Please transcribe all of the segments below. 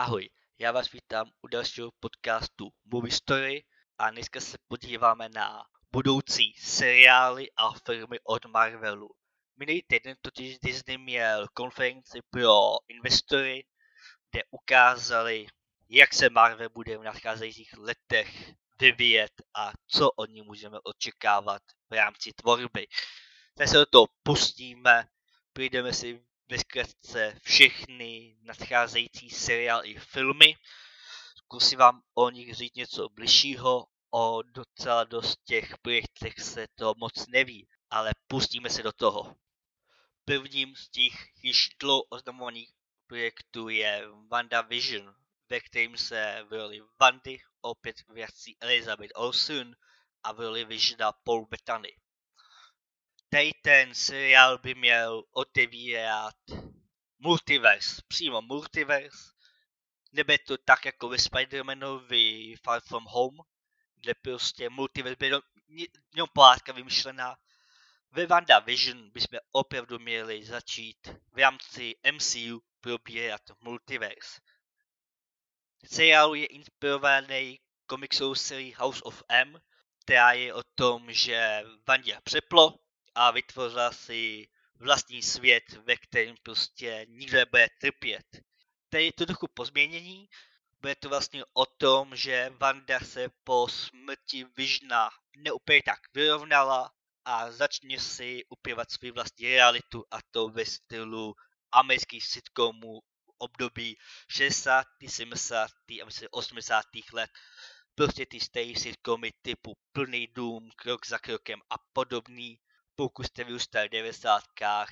Ahoj, já vás vítám u dalšího podcastu Movie Story a dneska se podíváme na budoucí seriály a filmy od Marvelu. Minulý týden totiž Disney měl konferenci pro investory, kde ukázali, jak se Marvel bude v nadcházejících letech vyvíjet a co od ní můžeme očekávat v rámci tvorby. Tak se do toho pustíme, projdeme si ve zkratce všechny nadcházející seriály i filmy. Zkusím vám o nich říct něco bližšího, o docela dost těch projektech se to moc neví, ale pustíme se do toho. Prvním z těch již dlouho oznamovaných projektů je WandaVision, ve kterém se v roli Wandy opět vrací Elizabeth Olsen a v roli Visiona Paul Bettany. Tady ten seriál by měl otevírat multiverse, přímo multiverse. Nebude to tak jako ve Spider-Manovi Far From Home, kde prostě multiverse byl jenom pohádka vymyšlená. Ve WandaVision bychom opravdu měli začít v rámci MCU probírat multiverse. Seriál je inspirovaný komiksovou sérií House of M, která je o tom, že Wanda přeplo a vytvořila si vlastní svět, ve kterém prostě nikdo nebude trpět. Tady je to trochu pozměnění, bude to vlastně o tom, že Wanda se po smrti Visiona neúplně tak vyrovnala a začne si upívat svou vlastní realitu, a to ve stylu amerických sitcomů období 60., 70. a 80. let. Prostě ty staré sitcomy typu Plný dům, Krok za krokem a podobný. Pokud jste vyrůstali v 90.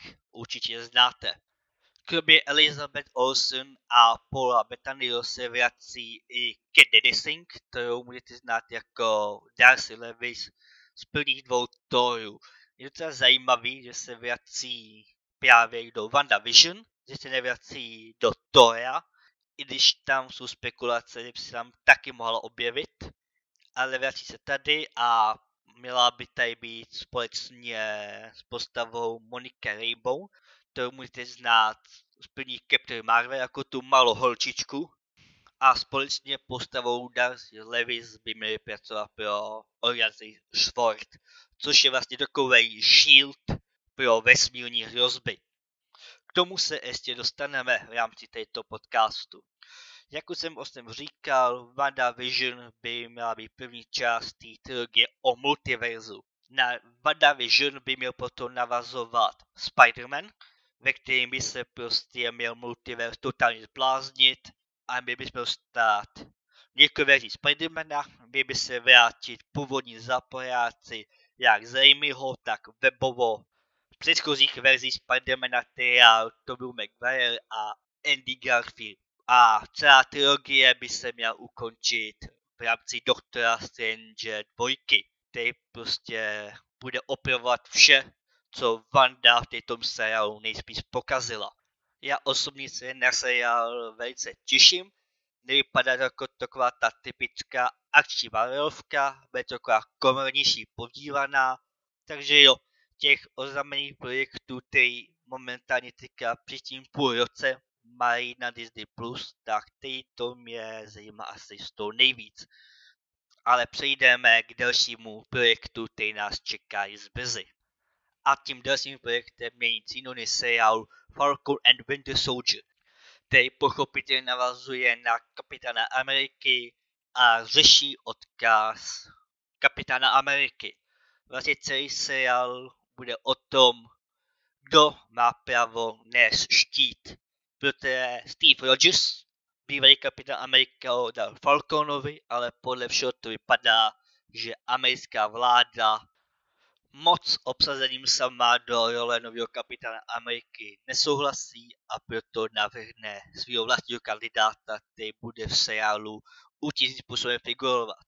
určitě znáte. Kromě Elizabeth Olsen a Paula Bettanyho se vrací i Kat Dennings, kterou můžete znát jako Darcy Lewis z prvních dvou Thorů. Je docela zajímavý, že se vrací právě do WandaVision, že se nevrací do Thora, i když tam jsou spekulace, že by se tam taky mohla objevit, ale vrací se tady a měla by tady být společně s postavou Monica Rambeau, kterou můžete znát z prvních Captain Marvel jako tu malou holčičku, a společně postavou Darcy Lewis by měli pracovat pro Organizaci SWORD, což je vlastně takový shield pro vesmírní hrozby. K tomu se ještě dostaneme v rámci této podcastu. Jak už jsem říkal, WandaVision by měla být první část té trilogie o multiverzu. Na WandaVision by měl potom navazovat Spider-Man, ve kterém by se prostě měl multiverz totálně zbláznit a by měl stát několik verzí Spider-Mana, by se vrátit původní zapojáci jak z Raimiho, tak webovo v předchozích verzích Spider-Mana, která Tobey Maguire a Andy Garfield. A celá trilogie by se měla ukončit v rámci Doktora Strange 2, který prostě bude opravovat vše, co Wanda v této seriálu nejspíš pokazila. Já osobně se na seriál velice těším. Nevypadá jako taková ta typická akční Marvelovka, bude to taková komornější podívaná, takže jo, těch oznámených projektů, který momentálně teďka příštím půl roce mají na Disney+, tak to mě zajímá asi z toho nejvíc. Ale přejdeme k dalšímu projektu, který nás čeká již brzy. A tím dalším projektem je cínový seriál Falcon and Winter Soldier, který pochopitelně navazuje na Kapitána Ameriky a řeší odkaz Kapitána Ameriky. Vlastně celý seriál bude o tom, kdo má právo nést štít. Protože Steve Rogers, bývalý Kapitán Amerika, ho dal Falconovi, ale podle všeho to vypadá, že americká vláda moc obsazením sama do role nového Kapitána Ameriky nesouhlasí a proto navrhne svého vlastního kandidáta, který bude v seriálu určitým způsobem figurovat.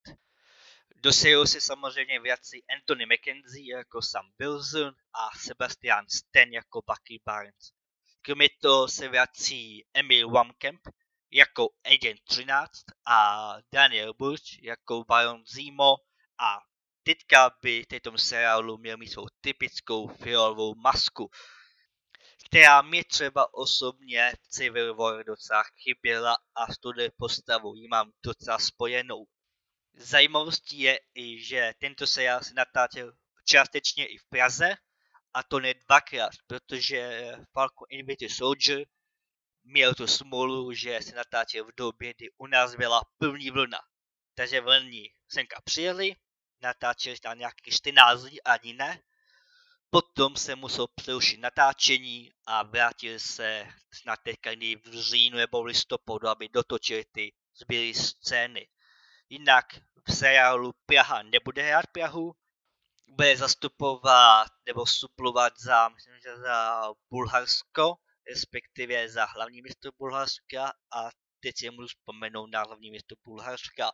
Do seriálu se samozřejmě vrací Anthony Mackenzie jako Sam Wilson a Sebastian Stan jako Bucky Barnes. Kromě toho se vrací Emil Wamkamp jako Agent 13 a Daniel Burch jako Baron Zemo a teďka by v této seriálu měl mít svou typickou fialovou masku. která mě třeba osobně v Civil War docela chyběla a s touhle postavou ji mám docela spojenou. Zajímavostí je i, že tento seriál se natáčel částečně i v Praze, a to ne dvakrát, protože Falcon and Winter Soldier měl tu smůlu, že se natáčel v době, kdy u nás byla první vlna. Takže vlni semka přijeli, natáčeli tam nějakých 14 dní, ani ne. Potom se musel přerušit natáčení a vrátil se snad teďka v říjnu nebo v listopadu, aby dotočili ty zbylé scény. Jinak v seriálu Praha nebude hrát Prahu, bude zastupovat nebo suplovat za, myslím, že za Bulharsko, respektive za hlavní město Bulharska, a teď si můžu vzpomenout na hlavní město Bulharska.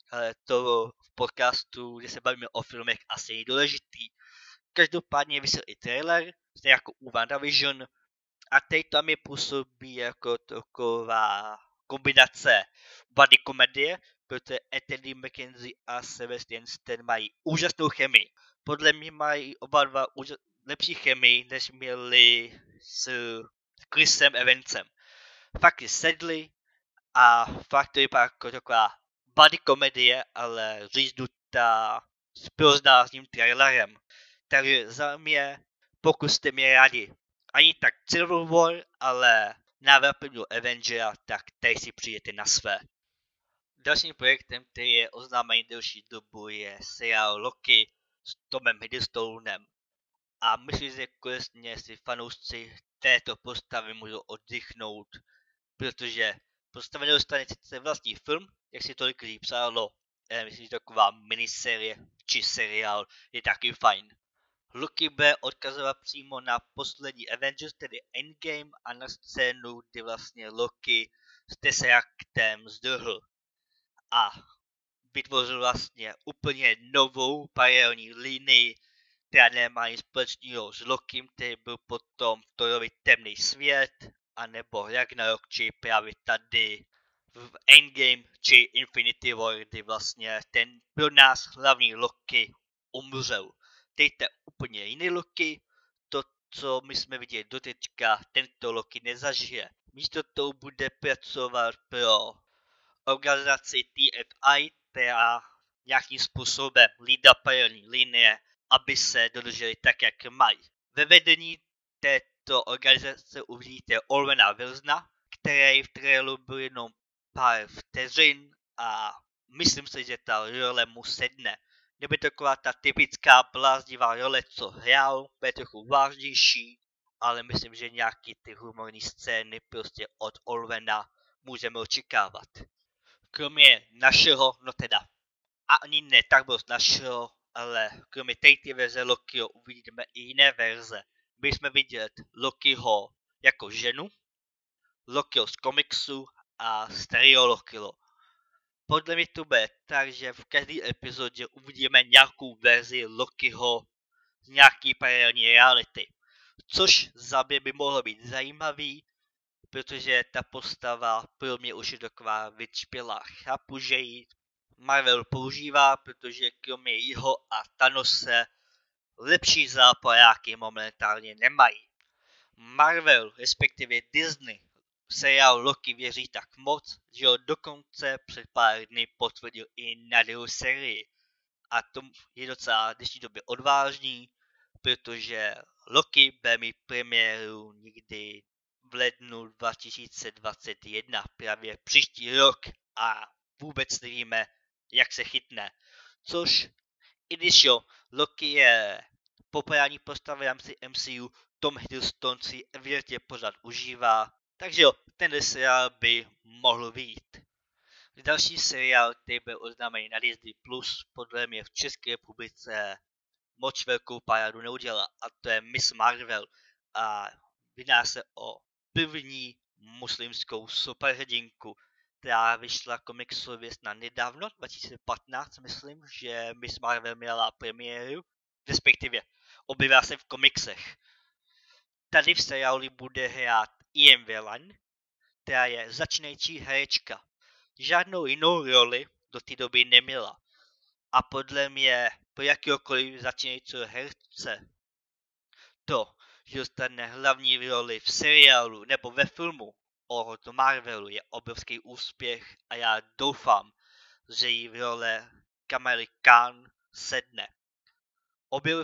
To v podcastu, kde se bavíme o filmech, asi je důležitý. Každopádně vyšel i trailer, stejně jako u WandaVision, a teď tam je působí jako taková kombinace body komedie, protože Anthony Mackenzie a Sebastian Stan mají úžasnou chemii. Podle mě mají oba dva lepší chemii, než měli s Chrisem Evansem. Fakt je sedli a fakt to je jako taková body komedie, ale řízdutá s proznázným trailerem. Takže za mě, pokud jste mě rádi, ani tak Civil War, ale návrh prvního Avengera, tak tady si přijete na své. Dalším projektem, který je oznámený delší dobu, je seriál Loki s Tomem Hiddlestonem. A myslím, že konečně si fanoušci této postavy můžou oddychnout, protože postava nedostane sice vlastní film, jak si tolik lidí psalo, myslím, že taková miniserie či seriál je taky fajn. Loki bude odkazovat přímo na poslední Avengers, tedy Endgame, a na scénu, kdy vlastně Loki s Tesseractem zdrhl a vytvořil vlastně úplně novou paralelní linii, která nemá nic společného s Lokim, který byl potom v Thorovi Temný svět, anebo Ragnarok, či právě tady v Endgame či Infinity War, kdy vlastně ten pro nás hlavní Loki umřel. Teď je úplně jiný Loki, to, co my jsme viděli doteďka, tento Loki nezažije. Místo toho bude pracovat pro organizaci TFI, která nějakým způsobem hlídá paralelní linie, aby se dodrželi tak, jak mají. Ve vedení této organizace uvidíte Orwena Wilsona, který v traileru byl jenom pár vteřin a myslím si, že ta role mu sedne. Nebude taková ta typická bláznivá role, co hrál, bude trochu vážnější, ale myslím, že nějaký ty humorní scény prostě od Orwena můžeme očekávat. Kromě našeho, no teda, ani ne tak moc našeho, ale kromě té verze Lokiho uvidíme i jiné verze. Byli jsme vidět Lokiho jako ženu, Lokiho z komiksu a starého Lokiho. Podle mě to bude tak, že v každé epizodě uvidíme nějakou verzi Lokiho z nějaký paralelní reality. Což za mě by mohlo být zajímavý, protože ta postava pro mě už je taková vyčpělá. Chápu, že ji Marvel používá, protože kromě jeho a Thanose lepší záporáky momentálně nemají. Marvel, respektive Disney, seriál Loki věří tak moc, že ho dokonce před pár dny potvrdil i na druhou sérii. A to je docela v dnešní době odvážný, protože Loki bude mít premiéru někdy v lednu 2021, právě příští rok, a vůbec nevíme, jak se chytne. Což, i když jo, Loki je populární postava v rámci MCU, Tom Hiddleston si evidentně pořád užívá, takže jo, ten seriál by mohl vyjít. Další seriál, který byl oznámený na Disney+, podle mě v České republice moc velkou parádu neudělala, a to je Miss Marvel, a jedná se o první muslimskou superhrdinku, která vyšla komiksově snad nedávno, 2015, myslím, že Miss Marvel měla premiéru, respektive objevila se v komiksech. Tady v seriálu bude hrát Ian Whelan, která je začínající herečka. Žádnou jinou roli do té doby neměla. A podle mě pro jakéhokoliv začínajícího herce to, že dostane hlavní roli v seriálu nebo ve filmu od Marvelu, je obrovský úspěch a já doufám, že jí v roli Kamala Khan sedne. Objevil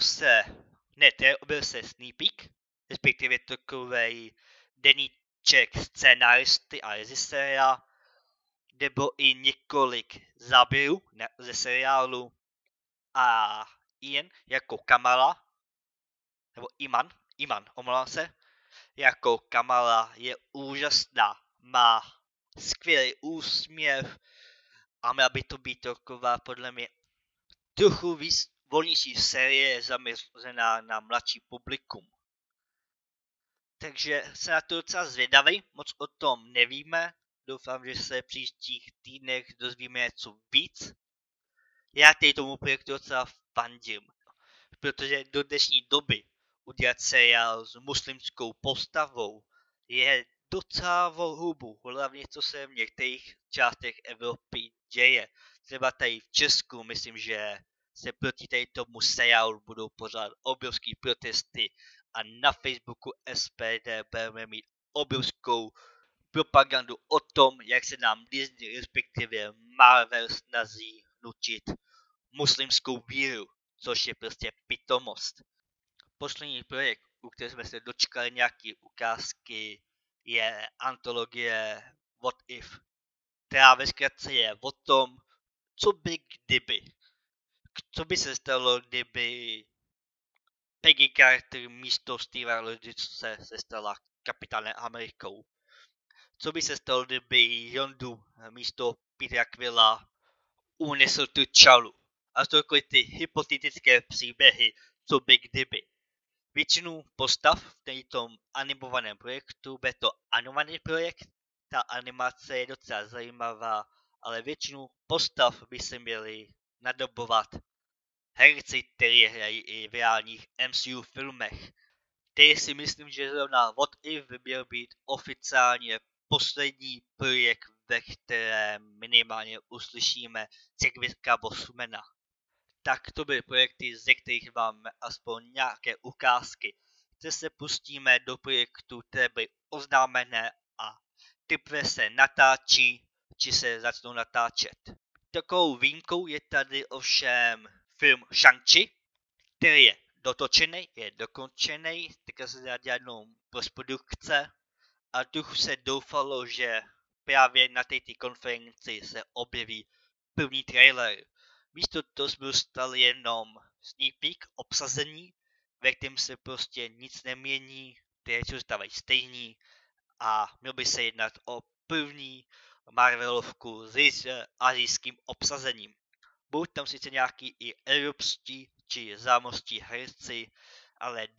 se sneak peek, respektive takovej deníček scénáristy a režiséra, kde bylo i několik záběrů ze seriálu a Ian jako Kamala, nebo Iman, omlouvám se, jako Kamala je úžasná, má skvělý úsměv a měla by to být taková podle mě trochu víc volnější série zaměřená na mladší publikum. Takže se na to docela zvědavý, moc o tom nevíme, doufám, že se v příštích týdnech dozvíme něco víc. Já tomu projektu docela fandím, protože do dnešní doby udělat seriál s muslimskou postavou je docela volhubu, hlavně co se v některých částech Evropy děje. Třeba tady v Česku, myslím, že se proti tomu seriálu budou pořád obrovský protesty a na Facebooku SPD budeme mít obrovskou propagandu o tom, jak se nám Disney, respektive Marvel snaží nutit muslimskou víru, což je prostě pitomost. Poslední projekt, u kterého jsme se dočkali nějaké ukázky, je antologie What If, která ve zkratce je o tom, co by kdyby. Co by se stalo, kdyby Peggy Carter místo Steva Rogers se stala kapitánem Amerikou. Co by se stalo, kdyby Yondu místo Petera Quilla unesl tu čalu. A to takové ty hypotetické příběhy, co by kdyby. Většinu postav v tom animovaném projektu, bude to animovaný projekt, ta animace je docela zajímavá, ale většinu postav by se měli nadobovat herci, kteří hrají i v reálních MCU filmech. Teď si myslím, že zrovna What If by měl být oficiálně poslední projekt, ve kterém minimálně uslyšíme Chadwicka Bosemana. Tak to byly projekty, ze kterých máme aspoň nějaké ukázky. Teď se pustíme do projektů, které byly oznámené a teprve se natáčí, či se začnou natáčet. Takovou výjimkou je tady ovšem film Shang-Chi, který je dotočený, je dokončený, teďka se dá dělat jenom postprodukce a trochu se doufalo, že právě na této konferenci se objeví první trailer. Místo toho jsme dostali jenom sneak peek obsazení, ve kterém se prostě nic nemění, ty zůstávají stejní a měl by se jednat o první Marvelovku s asijským obsazením. Budou tam sice nějaký i evropští či zámořští herci, ale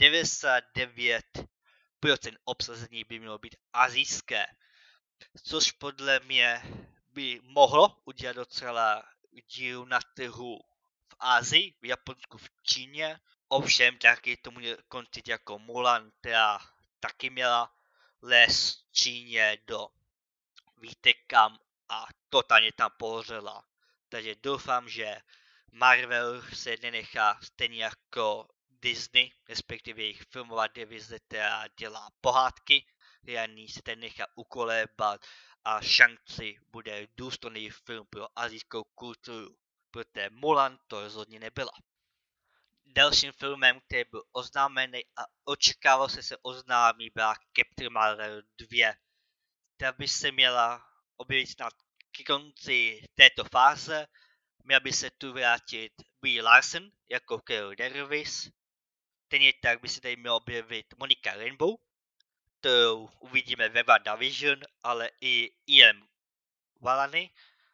99% obsazení by mělo být asijské, což podle mě by mohlo udělat docela díru na trhu v Asii, v Japonsku, v Číně. Ovšem taky to může končit jako Mulan, která taky měla les v Číně do víte kam a totálně tam pohořela. Takže doufám, že Marvel se nenechá stejně jako Disney, respektive jejich filmová divize, která dělá pohádky, Rihanna se ten nechá ukolébat a Shang-Chi bude důstojný film pro asijskou kulturu, protože Mulan to rozhodně nebyla. Dalším filmem, který byl oznámený a očekával se oznámí, byla Captain Marvel 2, která by se měla objevit snad k konci této fáze. Měl by se tu vrátit Brie Larson jako Carol Danvers. Stejně tak by se tady měl objevit Monica Rambeau, kterou uvidíme ve WandaVision, ale i Ian Vallany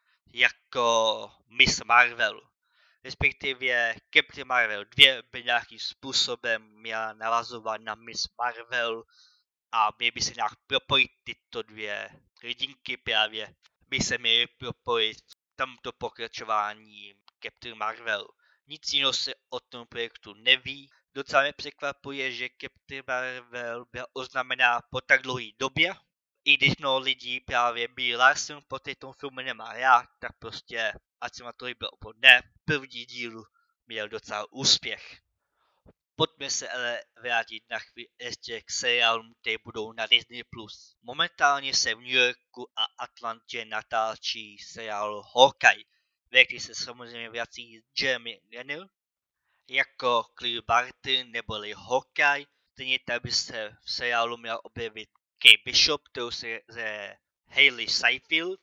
jako Miss Marvel. Respektive Captain Marvel 2 by nějakým způsobem měla navazovat na Miss Marvel a měly by se nějak propojit tyto dvě hrdinky, právě by se měly propojit v tomto pokračování Captain Marvel. Nic jiného se o tom projektu neví. Docela mě překvapuje, že Captain Marvel byla oznámená po tak dlouhé době. I když mnoho lidí právě Brie Larson po této filmu nemá rád, tak prostě, ať se na to líbilo nebo ne, první díl měl docela úspěch. Pojďme se ale vrátit na chvíli ještě k seriálům, které budou na Disney+. Momentálně se v New Yorku a Atlantě natáčí seriál Hawkeye, ve který se samozřejmě vrací Jeremy Renner jako Clive Barton neboli Hawkeye. Stejně tak by se v seriálu měl objevit Kate Bishop, kterou se ze Hailey Seinfeld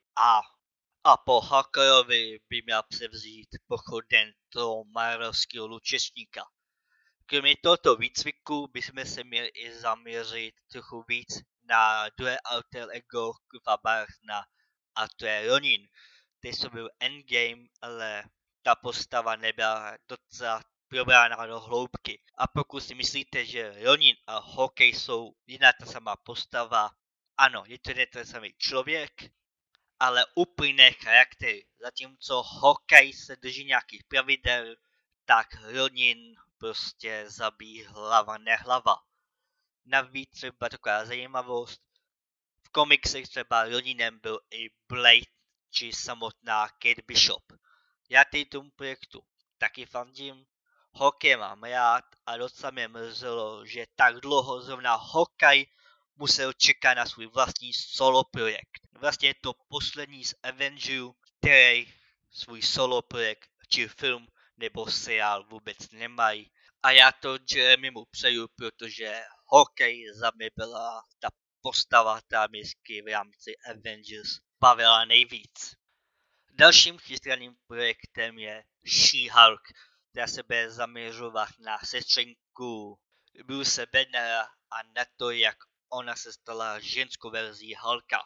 a po Hawkeyovi by měl převzít pochoden toho marvelského lučečníka. Kromě tohoto výcviku bychom se měli i zaměřit trochu víc na druhé alter ego Cliffa Bartona a to je Ronin. Teď to byl Endgame, ale ta postava nebyla docela probrána do hloubky. A pokud si myslíte, že Ronin a Hawkeye jsou jiná ta samá postava, ano, je to ten samý člověk, ale úplně charaktery. Zatímco Hawkeye se drží nějakých pravidel, tak Ronin prostě zabíjí hlava nehlava. Navíc třeba taková zajímavost, v komiksech třeba Roninem byl i Blade či samotná Kate Bishop. Já tady tomu projektu taky fandím, Hawkeye mám rád a docela mě mrzelo, že tak dlouho zrovna Hawkeye musel čekat na svůj vlastní solo projekt. Vlastně je to poslední z Avengerů, který svůj solo projekt, či film nebo seriál vůbec nemají. A já to Jeremymu přeju, protože Hawkeye za mě byla ta postava, která mě v rámci Avengers bavila nejvíc. Dalším chystaným projektem je She-Hulk, která se bude zaměřovat na sestřenku Bruce Bannera a na to, jak ona se stala ženskou verzí Hulka.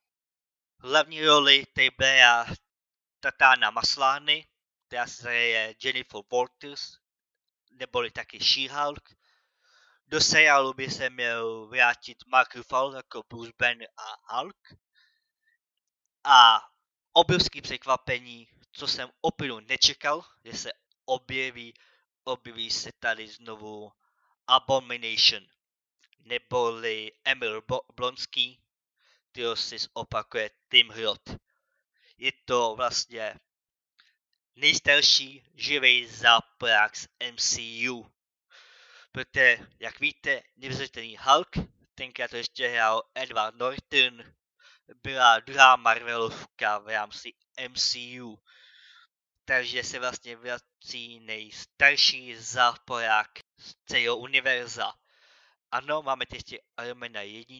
Hlavní roli tady bude Tatiana Maslany, která se je Jennifer Walters, neboli taky She-Hulk. Do seriálu by se měl vrátit Mark Ruffalo jako Bruce Banner a Hulk. A obrovský překvapení, co jsem opravdu nečekal, že se objeví se tady znovu Abomination, neboli Emil Blonsky, kterého si opakuje Tim Roth. Je to vlastně nejstarší živý záporák z MCU. Protože, jak víte, nevzdělitelný Hulk, tenkrát to ještě hrál Edward Norton, byla druhá Marvelovka v rámci MCU. Takže se vlastně vrací nejstarší záporák z celého univerza. Ano, máme ještě Iron Man 1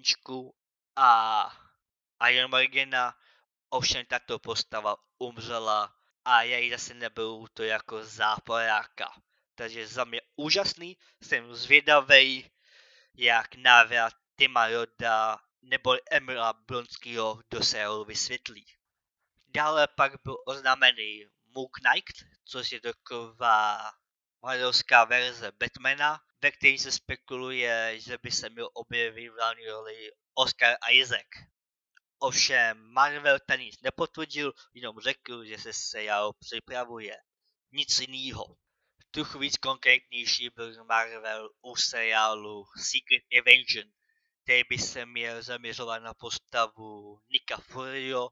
a Iron Morgana, ovšem tato postava umřela a já ji zase neberu to jako záporáka. Takže za mě úžasný, jsem zvědavej, jak návrat Tima Roda nebo Emila Blonskyho do seriálu vysvětlí. Dále pak byl oznámený Moon Knight, což je taková marvelovská verze Batmana, ve které se spekuluje, že by se měl objevit v hlavní roli Oscar Isaac. Ovšem Marvel tady nic nepotvrdil, jenom řekl, že se seriál připravuje. Nic jiného. Trochu víc konkrétnější byl Marvel u seriálu Secret Invasion, který by se měl zaměřovat na postavu Nicka Furyho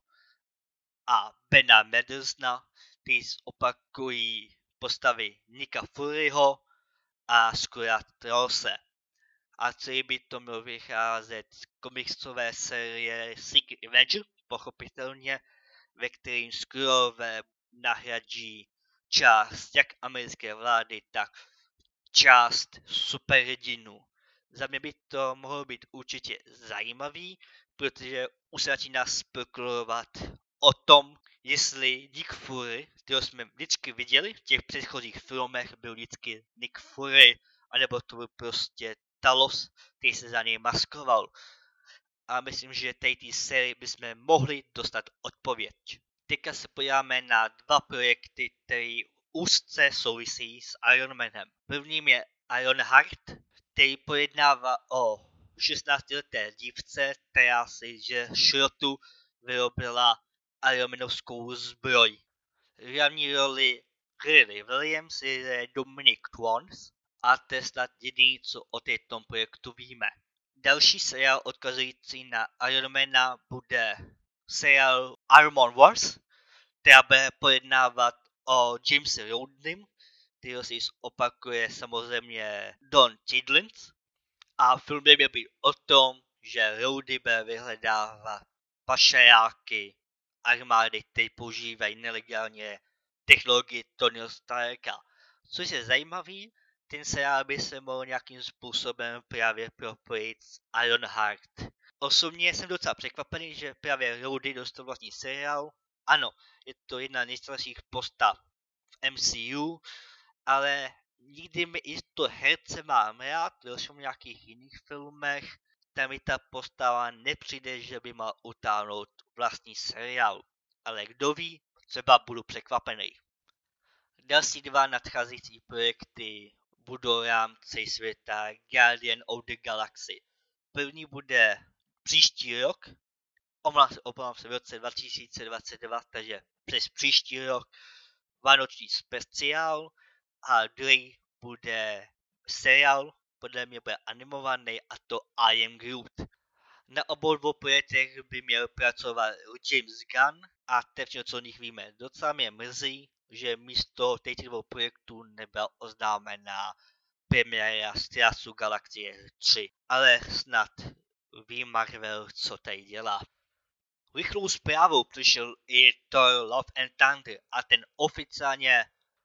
a Bena Mendelsohna, kteří opakují postavy Nicka Furyho a Scura Trollse. A celý by to mělo vycházet z komiksové série Secret Invasion, pochopitelně, ve kterým Skrulové nahradí část jak americké vlády, tak část superhrdinů. Za mě by to mohlo být určitě zajímavý, protože už se začíná spekulovat o tom, jestli Nick Fury, kterého jsme vždycky viděli v těch předchozích filmech, byl vždycky Nick Fury, anebo to byl prostě Talos, který se za něj maskoval. A myslím, že tady té sérii bychom mohli dostat odpověď. Teďka se podíváme na dva projekty, které úzce souvisí s Iron Manem. Prvním je Ironheart, který pojednává o 16leté dívce, která si že šrotu vyrobila Ironmanovskou zbroj. Hlavní roli Lily Williams je Dominic Twons a to je snad jediný, co o tom projektu víme. Další seriál odkazující na Ironmana bude seriál Armor Wars, která bude pojednávat o Jamesi Rodneym, který si opakuje samozřejmě Don Tiddlins. A film by měl být o tom, že Rowdy bude vyhledávat pašeráky armády, které používají nelegálně technologii Tonyho Starka. Což je zajímavý, ten seriál by se mohl nějakým způsobem právě propojit s Ironheart. Osobně jsem docela překvapený, že právě Rowdy dostal vlastní seriál. Ano, je to jedna z nejstarších postav v MCU, ale nikdy mi i to herce mám rád, byl jsem v nějakých jiných filmech, tam mi ta postava nepřijde, že by mal utáhnout vlastní seriál. Ale kdo ví, třeba budu překvapený. Další dva nadcházející projekty budou v rámci světa Guardian of the Galaxy. První bude příští rok, omlouvám se v roce 2022, takže přes příští rok vánoční speciál, a druhý bude seriál, podle mě bude animovaný, a to I Am Groot. Na obou dvou projektech by měl pracovat James Gunn a teď co o nich víme. Docela mě mrzí, že místo těch dvou projektů nebyla oznámena premiéra Strážců Galaxie 3, ale snad ví Marvel, co tady dělá. Rychlou zprávou přišel i Thor Love and Thunder a ten oficiálně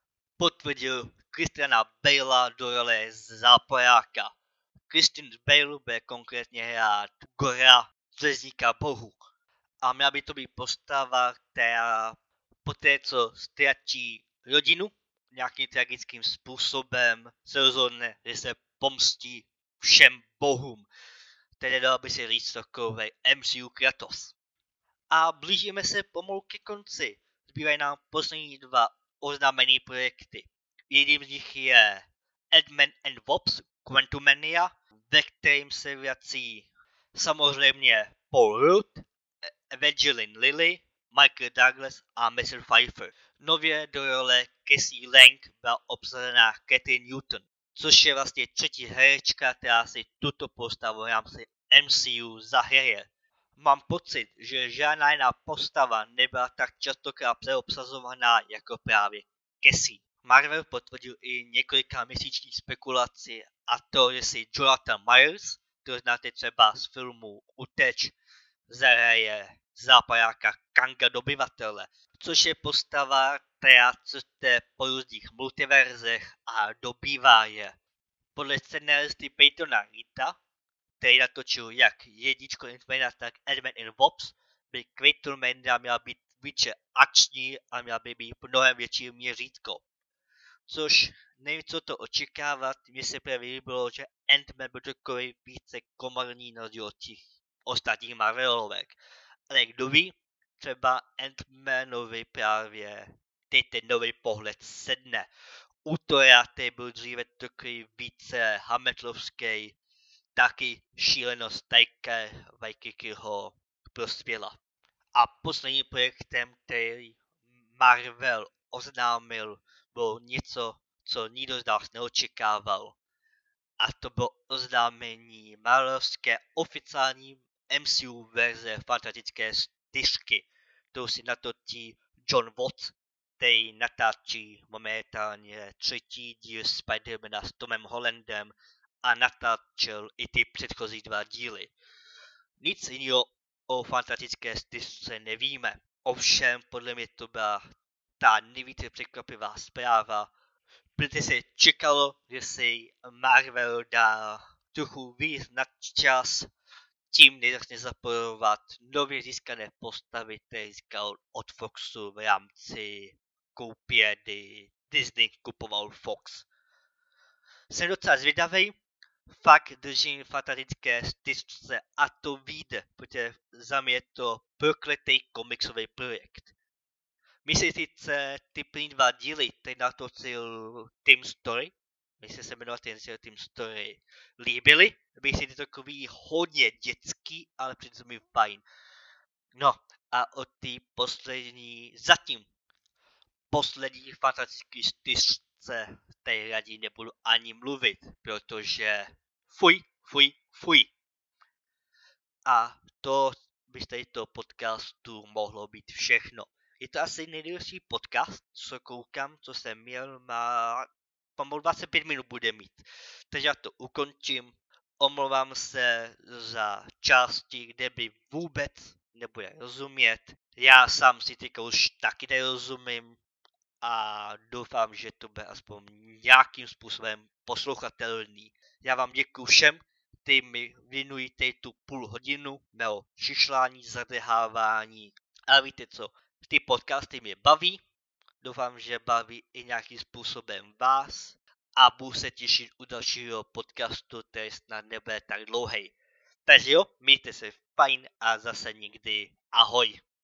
potvrdil Christiana Balea do role záporáka. Christian Bale bude konkrétně hrát Gora, řezníka bohu. A měla by to být postava, která poté, co ztratí rodinu, nějakým tragickým způsobem se rozhodne, že se pomstí všem bohům. Tedy dalo by se říct takovej MCU Kratos. A blížíme se pomalu ke konci. Zbývají nám poslední dva oznámené projekty. Jedním z nich je Ant-Man and Wasp Quantumania, ve kterém se vrací samozřejmě Paul Rudd, Evangeline Lilly, Michael Douglas a Michelle Pfeiffer. Nově do role Cassie Lang byla obsazená Catherine Newton, což je vlastně třetí herečka, která si tuto postavu v rámci MCU zahraje. Mám pocit, že žádná jiná postava nebyla tak častokrát přeobsazovaná jako právě Cassie. Marvel potvrdil i několika měsíční spekulaci, a to, že si Jonathan Myers, to znáte třeba z filmu Uteč, zahraje západáka Kanga Dobyvatele, což je postava, která cestuje po různých multiverzech a dobývá je. Podle scenáristy Peytona Reeda, který natočil jak jedničku Ant-Mana, tak Ant-Man and Wasp, by Quantumania měla být více akční a měla by být mnohem větší měřítko. Což nevím, co to očekávat, mně se právě líbilo, že Ant-Man byl takový více komorní na rozdíl od těch ostatních Marvelovek. Ale kdo ví, třeba Ant-Manovi právě teď ten nový pohled sedne. U Thora byl dříve takový více hametlovský, taky šílenost Taika Waititiho prospěla. A posledním projektem, který Marvel oznámil, bylo něco, co nikdo z nás neočekával. A to bylo oznámení Marvelovské oficiální MCU verze Fantastické čtyřky, kterou si natočí John Watts, který natáčí momentálně třetí díl Spider-Mana s Tomem Hollandem a natáčel i ty předchozí dva díly. Nic jiného o Fantastické čtyřce nevíme. Ovšem, podle mě to byla ta nejvíce překvapivá zpráva, protože se čekalo, že si Marvel dá trochu víc nad čas, tím nezačne zapojovat nově získané postavy, které získal od Foxu v rámci koupě, kdy Disney kupoval Fox. Jsem docela zvědavý, fakt držím Fantastické čtyřce a to vyjde, protože za mě je to prokletý komiksový projekt. Mi se sice ty první dva díly, který natočil Team Story, myslím se jmenovat Team Story, líbily, bych si ty takový hodně dětský, ale přitom mi fajn. No a o ty zatím poslední Fantastické čtyřce tady raději nebudu ani mluvit, protože fuj. A to by z této podcastu mohlo být všechno. Je to asi nejdelší podcast, co koukám, co jsem měl, má pomalu 25 minut bude mít. Takže já to ukončím. Omlouvám se za části, kde by vůbec nebude rozumět. Já sám si teďka už taky nerozumím a doufám, že to bude aspoň nějakým způsobem poslouchatelný. Já vám děkuji všem, kteří mi věnujete tu půl hodinu mého šišlání, zadrhávání. A víte co, ty podcasty mě baví, doufám, že baví i nějakým způsobem vás a budu se těšit u dalšího podcastu, který snad nebude tak dlouhý. Takže jo, mějte se fajn a zase někdy ahoj.